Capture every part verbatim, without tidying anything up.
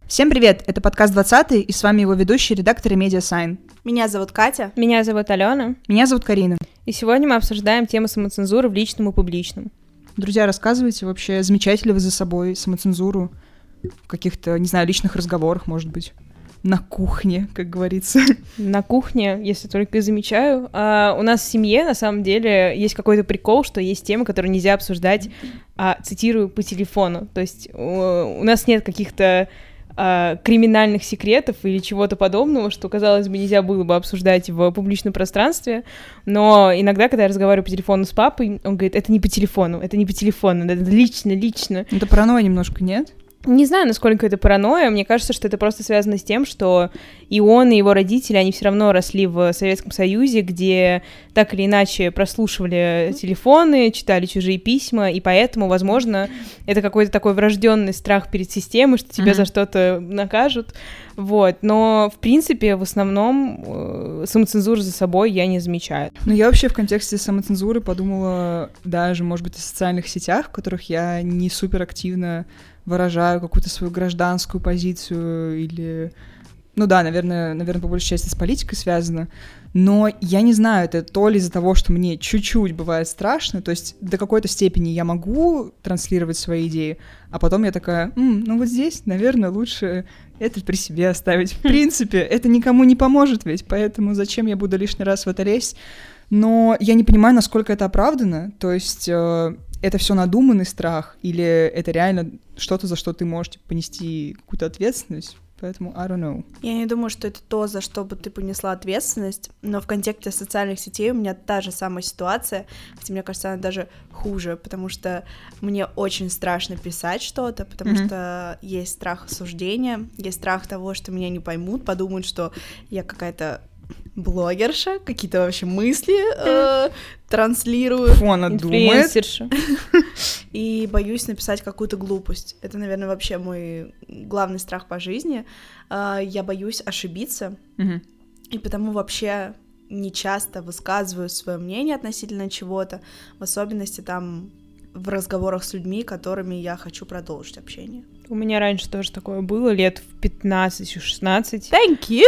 Всем привет, это подкаст двадцатый, и с вами его ведущий, редактор и медиасайн. Меня зовут Катя. Меня зовут Алена. Меня зовут Карина. И сегодня мы обсуждаем тему самоцензуры в личном и публичном. Друзья, рассказывайте вообще, замечаете ли вы за собой самоцензуру в каких-то, не знаю, личных разговорах, может быть, на кухне, как говорится. На кухне, если только и замечаю. А у нас в семье, на самом деле, есть какой-то прикол, что есть темы, которые нельзя обсуждать, а, цитирую, по телефону. То есть у, у нас нет каких-то а, криминальных секретов или чего-то подобного, что, казалось бы, нельзя было бы обсуждать в публичном пространстве. Но иногда, когда я разговариваю по телефону с папой, он говорит, это не по телефону, это не по телефону, это лично, лично. Это паранойя немножко, нет? Не знаю, насколько это паранойя. Мне кажется, что это просто связано с тем, что и он, и его родители, они все равно росли в Советском Союзе, где так или иначе прослушивали телефоны, читали чужие письма, и поэтому, возможно, это какой-то такой врожденный страх перед системой, что тебя mm-hmm. за что-то накажут. Вот. Но, в принципе, в основном э, самоцензуру за собой я не замечаю. Ну, я вообще в контексте самоцензуры подумала даже, может быть, о социальных сетях, в которых я не суперактивно выражаю какую-то свою гражданскую позицию или... Ну да, наверное, наверное, по большей части с политикой связано, но я не знаю, это то ли из-за того, что мне чуть-чуть бывает страшно, то есть до какой-то степени я могу транслировать свои идеи, а потом я такая, М, ну вот здесь, наверное, лучше это при себе оставить. В принципе, это никому не поможет ведь, поэтому зачем я буду лишний раз в это лезть? Но я не понимаю, насколько это оправдано, то есть... Э, это все надуманный страх, или это реально что-то, за что ты можешь типа, понести какую-то ответственность? Поэтому I don't know. Я не думаю, что это то, за что бы ты понесла ответственность, но в контексте социальных сетей у меня та же самая ситуация, хотя мне кажется, она даже хуже, потому что мне очень страшно писать что-то, потому mm-hmm. что есть страх осуждения, есть страх того, что меня не поймут, подумают, что я какая-то блогерша, какие-то вообще мысли э, транслирую. Фу, она думает. И боюсь написать какую-то глупость. Это, наверное, вообще мой главный страх по жизни. Э, я боюсь ошибиться, угу. и потому вообще не часто высказываю свое мнение относительно чего-то, в особенности там в разговорах с людьми, которыми я хочу продолжить общение. У меня раньше тоже такое было, лет в пятнадцать-шестнадцать. Thank you!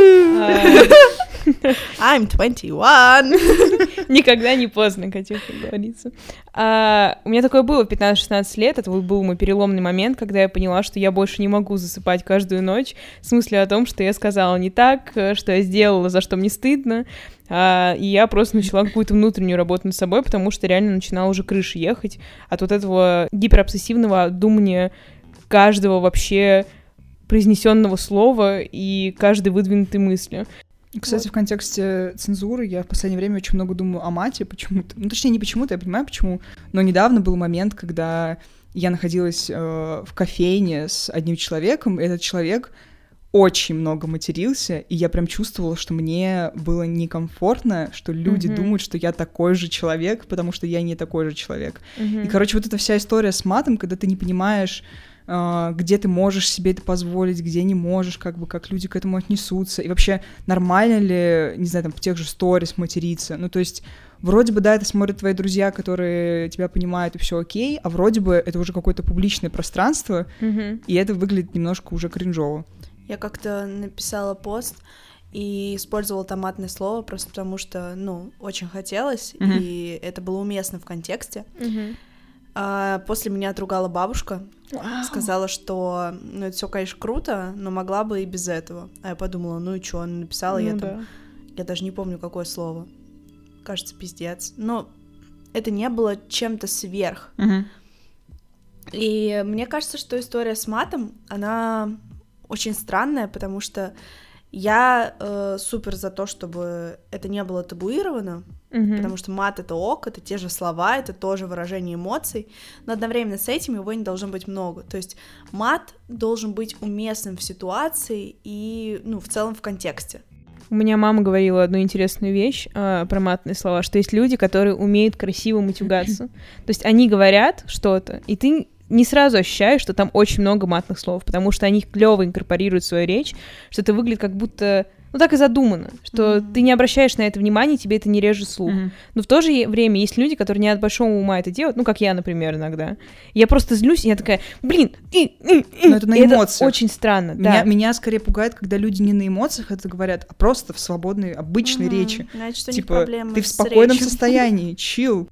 I'm twenty-one. Никогда не поздно, Катя, как говорится. А, у меня такое было в пятнадцать-шестнадцать лет, это был мой переломный момент, когда я поняла, что я больше не могу засыпать каждую ночь с мыслью о том, что я сказала не так, что я сделала, за что мне стыдно. А, и я просто начала какую-то внутреннюю работу над собой, потому что реально начинала уже крыша ехать от вот этого гиперобсессивного думания каждого вообще произнесенного слова и каждой выдвинутой мысли. Кстати, вот. В контексте цензуры я в последнее время очень много думаю о мате почему-то. Ну, точнее, не почему-то, я понимаю, почему. Но недавно был момент, когда я находилась э, в кофейне с одним человеком, и этот человек очень много матерился, и я прям чувствовала, что мне было некомфортно, что люди mm-hmm. думают, что я такой же человек, потому что я не такой же человек. Mm-hmm. И, короче, вот эта вся история с матом, когда ты не понимаешь, где ты можешь себе это позволить, где не можешь, как бы, как люди к этому отнесутся, и вообще нормально ли, не знаю, там, в тех же сторис материться, ну, то есть, вроде бы, да, это смотрят твои друзья, которые тебя понимают, и все окей, а вроде бы это уже какое-то публичное пространство, mm-hmm. и это выглядит немножко уже кринжово. Я как-то написала пост и использовала томатное слово просто потому, что, ну, очень хотелось, mm-hmm. и это было уместно в контексте. Mm-hmm. А после меня отругала бабушка, wow. сказала, что, ну, это все, конечно, круто, но могла бы и без этого. А я подумала, ну и что, она написала, ну, я да. там, я даже не помню, какое слово. Кажется, пиздец. Но это не было чем-то сверх. Uh-huh. И мне кажется, что история с матом, она очень странная, потому что я э, супер за то, чтобы это не было табуировано, mm-hmm. потому что мат — это ок, это те же слова, это тоже выражение эмоций, но одновременно с этим его не должно быть много. То есть мат должен быть уместным в ситуации и, ну, в целом в контексте. У меня мама говорила одну интересную вещь э, про матные слова, что есть люди, которые умеют красиво матюгаться. То есть они говорят что-то, и ты не сразу ощущаешь, что там очень много матных слов, потому что они клёво инкорпорируют свою речь, что это выглядит как будто ну, так и задумано, что Мгм. ты не обращаешь на это внимания, тебе это не режет слух. Мгм. Но в то же е- время есть люди, которые не от большого ума это делают, ну, как я, например, иногда. Я просто злюсь, и я такая, блин, и, и, и. Но это на И эмоциях. очень странно, Меня, да. меня скорее пугает, когда люди не на эмоциях это говорят, а просто в свободной, обычной Мгм. речи. Значит, у них Типа, проблемы ты в с спокойном речью. состоянии, чил.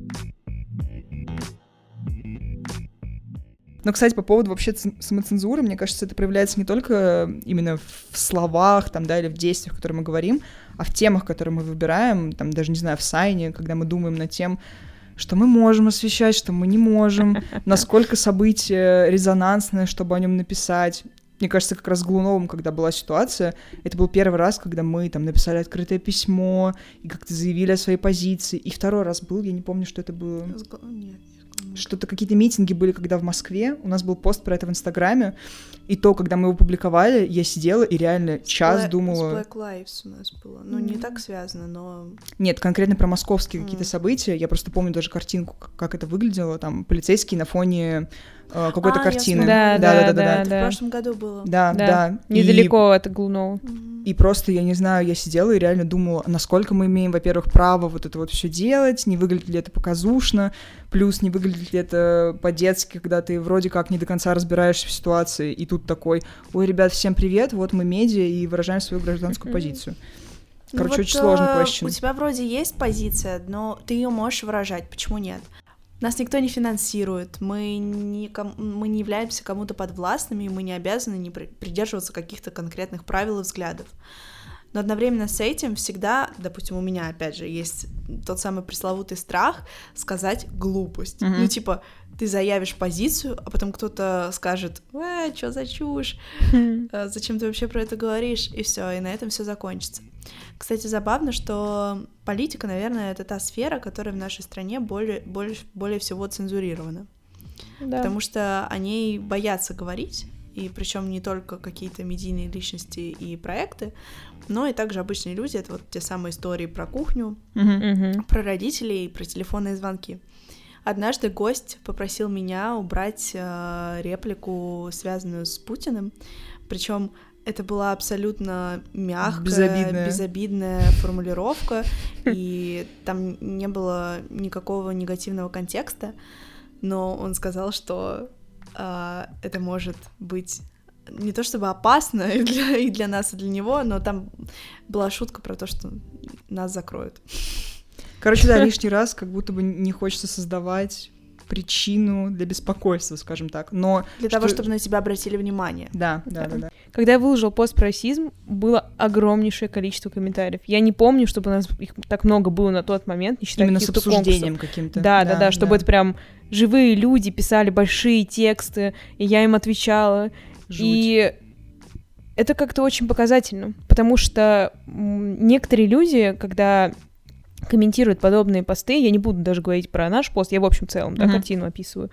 Но, кстати, по поводу вообще ц- самоцензуры, мне кажется, это проявляется не только именно в словах, там, да, или в действиях, которые мы говорим, а в темах, которые мы выбираем, там, даже, не знаю, в сайне, когда мы думаем над тем, что мы можем освещать, что мы не можем, насколько событие резонансное, чтобы о нем написать. Мне кажется, как раз с Глуновым, когда была ситуация, это был первый раз, когда мы там написали открытое письмо и как-то заявили о своей позиции. И второй раз был, я не помню, что это было. С гл- Нет. Что-то какие-то митинги были, когда в Москве. У нас был пост про это в Инстаграме. И то, когда мы его публиковали, я сидела и реально час С Bla- думала... С Black Lives у нас было. Ну, не так связано, но... Нет, конкретно про московские Мгм. какие-то события. Я просто помню даже картинку, как- как это выглядело. Там полицейские на фоне э, какой-то А, я картины. вспомнила. Да, да, да, да. Это в прошлом году было. Да, Да, да. И- недалеко от Глунова. Мгм. И просто, я не знаю, я сидела и реально думала, насколько мы имеем, во-первых, право вот это вот все делать, не выглядит ли это показушно, плюс не выглядит ли это по-детски, когда ты вроде как не до конца разбираешься в ситуации, и тут такой, ой, ребят, всем привет, вот мы медиа, и выражаем свою гражданскую позицию. Ну Короче, вот, очень сложный э, question. У тебя вроде есть позиция, но ты ее можешь выражать. Почему нет? Нас никто не финансирует, мы не, ком- мы не являемся кому-то подвластными, и мы не обязаны не при- придерживаться каких-то конкретных правил и взглядов. Но одновременно с этим всегда, допустим, у меня, опять же, есть тот самый пресловутый страх сказать глупость. Мгм. Ну, типа, ты заявишь позицию, а потом кто-то скажет, э, что за чушь, «Э, зачем ты вообще про это говоришь, и все, и на этом все закончится. Кстати, забавно, что политика, наверное, это та сфера, которая в нашей стране более, более, более всего цензурирована. Да. Потому что о ней боятся говорить, и причем не только какие-то медийные личности и проекты, но и также обычные люди. Это вот те самые истории про кухню, Мгм. Мгм. про родителей, про телефонные звонки. Однажды гость попросил меня убрать э, реплику, связанную с Путиным, причем это была абсолютно мягкая, Безобидная. безобидная формулировка, и там не было никакого негативного контекста, но он сказал, что э, это может быть не то чтобы опасно и для, и для нас, и для него, но там была шутка про то, что нас закроют. Короче, да, лишний раз как будто бы не хочется создавать причину для беспокойства, скажем так. Но Для что- того, чтобы на тебя обратили внимание. Да, да, да, да. Когда я выложила пост про расизм, было огромнейшее количество комментариев. Я не помню, чтобы у нас их так много было на тот момент, не считая Именно с каких-то обсуждением конкурсов. каким-то. Да, да, да, чтобы это прям живые люди писали большие тексты, и я им отвечала. Жуть. И это как-то очень показательно, потому что м, некоторые люди, когда комментируют подобные посты, я не буду даже говорить про наш пост, я в общем целом, да, Мгм. картину описываю,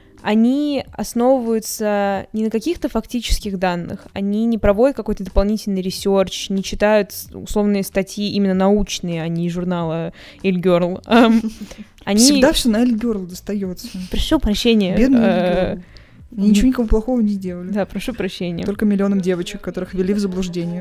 они основываются не на каких-то фактических данных, они не проводят какой-то дополнительный ресерч, не читают с- условные статьи именно научные, а не из журнала Elle Girl. Ам, Они... Всегда все на Эль Гёрл достается. Прошу прощения. Бедный э, Эль Гёрл. Они ничего никому плохого не сделали. Да, прошу прощения. Только миллионам девочек, которых ввели в заблуждение.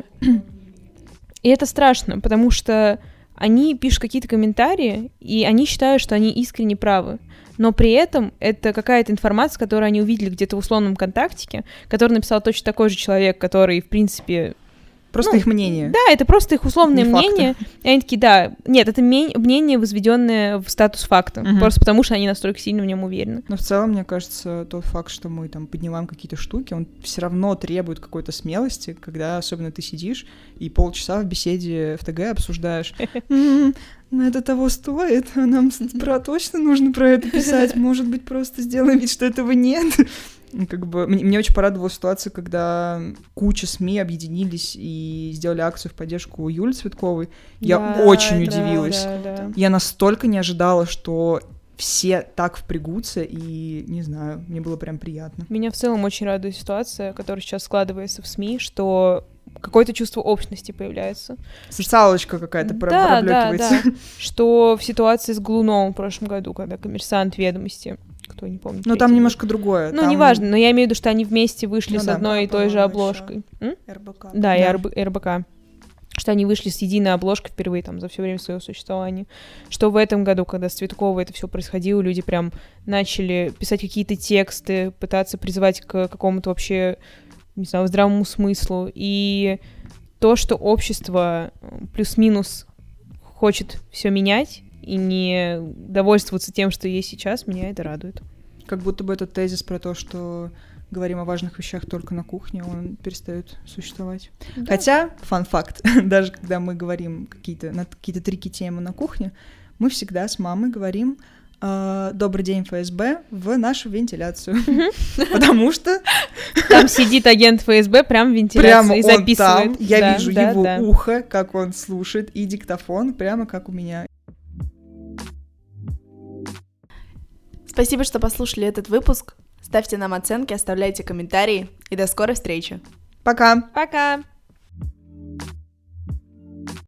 И это страшно, потому что они пишут какие-то комментарии, и они считают, что они искренне правы. Но при этом это какая-то информация, которую они увидели где-то в условном контактике, который написал точно такой же человек, который, в принципе... Просто Ну, их мнение. Да, это просто их условное Не факты. мнение. И они такие, да, нет, это ме- мнение, возведенное в статус факта. Мгм. Просто потому, что они настолько сильно в нем уверены. Но в целом, мне кажется, тот факт, что мы там поднимаем какие-то штуки, он все равно требует какой-то смелости, когда особенно ты сидишь и полчаса в беседе в ТГ обсуждаешь. «М, ну это того стоит, а нам с- про точно нужно про это писать, может быть, просто сделаем вид, что этого нет». И Как бы мне, мне очень порадовала ситуация, когда куча СМИ объединились и сделали акцию в поддержку Юли Цветковой. Я Да, очень да, удивилась. да, да. Я настолько не ожидала, что все так впрягутся, и, не знаю, мне было прям приятно. Меня в целом очень радует ситуация, которая сейчас складывается в СМИ, что какое-то чувство общности появляется. Социалочка какая-то про- Да, да, проблёкивается. да. Что в ситуации с Глуновым в прошлом году, когда «Коммерсант», «Ведомости», кто не помнит. Но третий там был. немножко другое. Ну, там- неважно, но я имею в виду, что они вместе вышли Ну с да. одной и Да, той же по-моему, обложкой. М? РБК. Да, и Да. РБ- РБК. что они вышли с единой обложкой впервые там за все время своего существования. Что в этом году, когда с Цветковой это все происходило, люди прям начали писать какие-то тексты, пытаться призывать к какому-то вообще, не знаю, здравому смыслу. И то, что общество плюс-минус хочет все менять и не довольствоваться тем, что есть сейчас, меня это радует. Как будто бы этот тезис про то, что говорим о важных вещах только на кухне, он перестает существовать. Да. Хотя, фан-факт, даже когда мы говорим какие-то, на какие-то трики темы на кухне, мы всегда с мамой говорим э, «Добрый день, эф эс бэ» в нашу вентиляцию. Потому что... Там сидит агент эф эс бэ прям в вентиляции и записывает. Я вижу его ухо, как он слушает, и диктофон прямо как у меня. Спасибо, что послушали этот выпуск. Ставьте нам оценки, оставляйте комментарии. И до скорой встречи. Пока. Пока.